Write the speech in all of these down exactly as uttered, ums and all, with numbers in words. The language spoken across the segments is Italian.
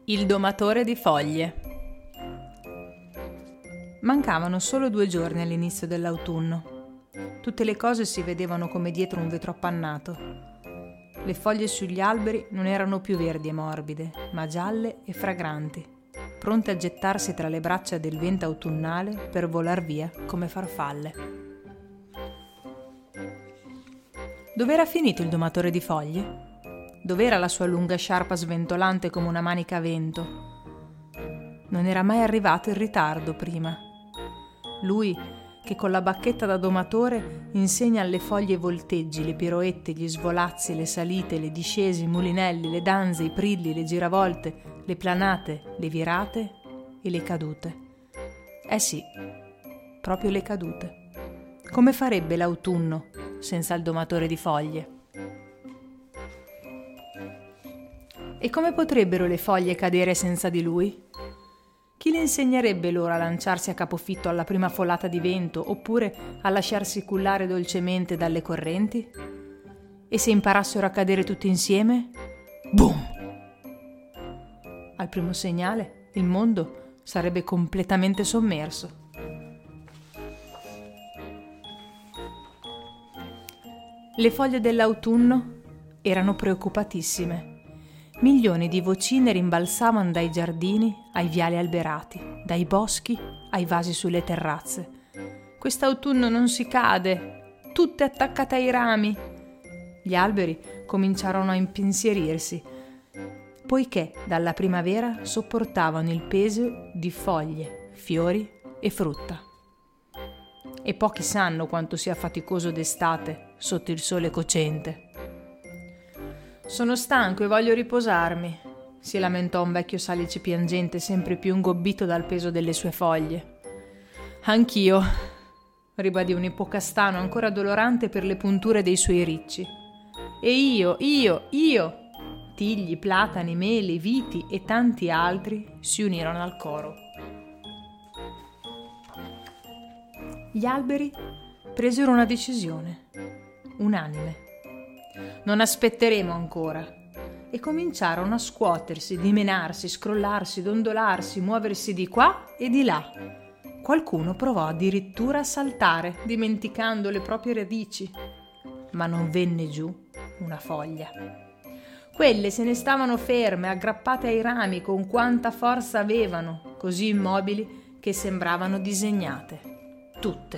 Il domatore di foglie. Mancavano solo due giorni all'inizio dell'autunno. Tutte le cose si vedevano come dietro un vetro appannato. Le foglie sugli alberi non erano più verdi e morbide, ma gialle e fragranti, pronte a gettarsi tra le braccia del vento autunnale per volar via come farfalle. Dov'era finito il domatore di foglie? Dov'era la sua lunga sciarpa sventolante come una manica a vento? Non era mai arrivato in ritardo prima. Lui, che con la bacchetta da domatore insegna alle foglie i volteggi, le piroette, gli svolazzi, le salite, le discese, i mulinelli, le danze, i prilli, le giravolte, le planate, le virate e le cadute. Eh sì, proprio le cadute. Come farebbe l'autunno senza il domatore di foglie? E come potrebbero le foglie cadere senza di lui? Chi le insegnerebbe loro a lanciarsi a capofitto alla prima folata di vento oppure a lasciarsi cullare dolcemente dalle correnti? E se imparassero a cadere tutti insieme? Boom! Al primo segnale il mondo sarebbe completamente sommerso. Le foglie dell'autunno erano preoccupatissime. Milioni di vocine rimbalzavano dai giardini ai viali alberati, dai boschi ai vasi sulle terrazze. Quest'autunno non si cade, tutte attaccate ai rami. Gli alberi cominciarono a impensierirsi, poiché dalla primavera sopportavano il peso di foglie, fiori e frutta. E pochi sanno quanto sia faticoso d'estate sotto il sole cocente. Sono stanco e voglio riposarmi, si lamentò un vecchio salice piangente sempre più ingobbito dal peso delle sue foglie. Anch'io, ribadì un ippocastano ancora dolorante per le punture dei suoi ricci. E io, io, io! Tigli, platani, mele, viti e tanti altri si unirono al coro. Gli alberi presero una decisione, unanime. Non aspetteremo ancora. E cominciarono a scuotersi, dimenarsi, scrollarsi, dondolarsi, muoversi di qua e di là. Qualcuno provò addirittura a saltare, dimenticando le proprie radici. Ma non venne giù una foglia. Quelle se ne stavano ferme, aggrappate ai rami con quanta forza avevano, così immobili che sembravano disegnate. Tutte.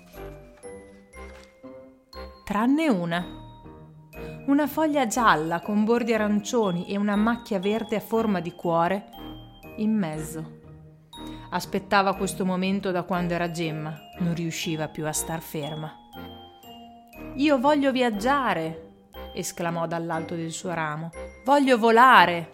Tranne una. Una foglia gialla con bordi arancioni e una macchia verde a forma di cuore in mezzo. Aspettava questo momento da quando era Gemma, non riusciva più a star ferma. «Io voglio viaggiare!» esclamò dall'alto del suo ramo. «Voglio volare!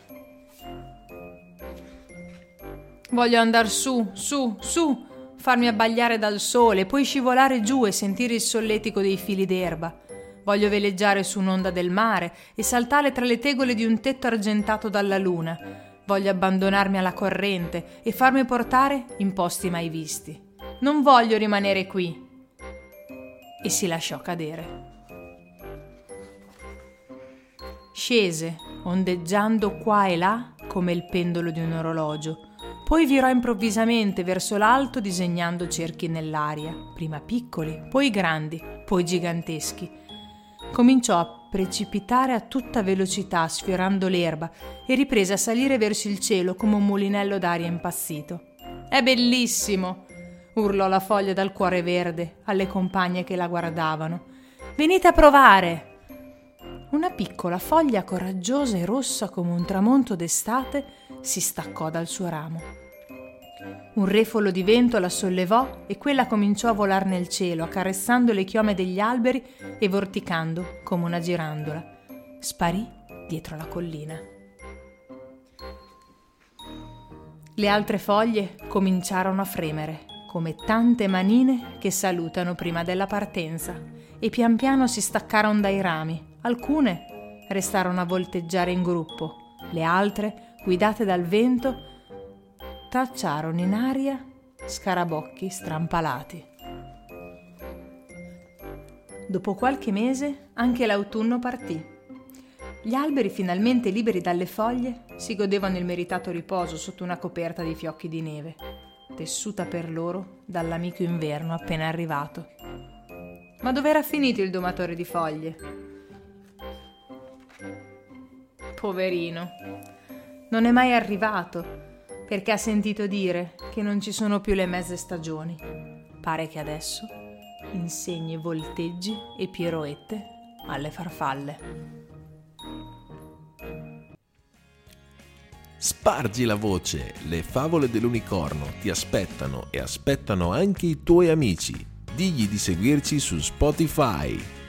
Voglio andar su, su, su, farmi abbagliare dal sole, poi scivolare giù e sentire il solletico dei fili d'erba. Voglio veleggiare su un'onda del mare e saltare tra le tegole di un tetto argentato dalla luna. Voglio abbandonarmi alla corrente e farmi portare in posti mai visti. Non voglio rimanere qui!» E si lasciò cadere. Scese, ondeggiando qua e là come il pendolo di un orologio. Poi virò improvvisamente verso l'alto disegnando cerchi nell'aria, prima piccoli, poi grandi, poi giganteschi. Cominciò a precipitare a tutta velocità, sfiorando l'erba, e riprese a salire verso il cielo come un mulinello d'aria impazzito. «È bellissimo!» urlò la foglia dal cuore verde alle compagne che la guardavano. «Venite a provare!» Una piccola foglia coraggiosa e rossa come un tramonto d'estate si staccò dal suo ramo. Un refolo di vento la sollevò e quella cominciò a volar nel cielo, accarezzando le chiome degli alberi e vorticando come una girandola. Sparì dietro la collina. Le altre foglie cominciarono a fremere, come tante manine che salutano prima della partenza, e pian piano si staccarono dai rami. Alcune restarono a volteggiare in gruppo, le altre, guidate dal vento, tracciarono in aria scarabocchi strampalati. Dopo qualche mese anche l'autunno partì. Gli alberi, finalmente liberi dalle foglie, si godevano il meritato riposo sotto una coperta di fiocchi di neve, tessuta per loro dall'amico inverno appena arrivato. Ma dov'era finito il domatore di foglie? Poverino, non è mai arrivato, perché ha sentito dire che non ci sono più le mezze stagioni. Pare che adesso insegni volteggi e piroette alle farfalle. Spargi la voce, le favole dell'unicorno ti aspettano e aspettano anche i tuoi amici. Digli di seguirci su Spotify.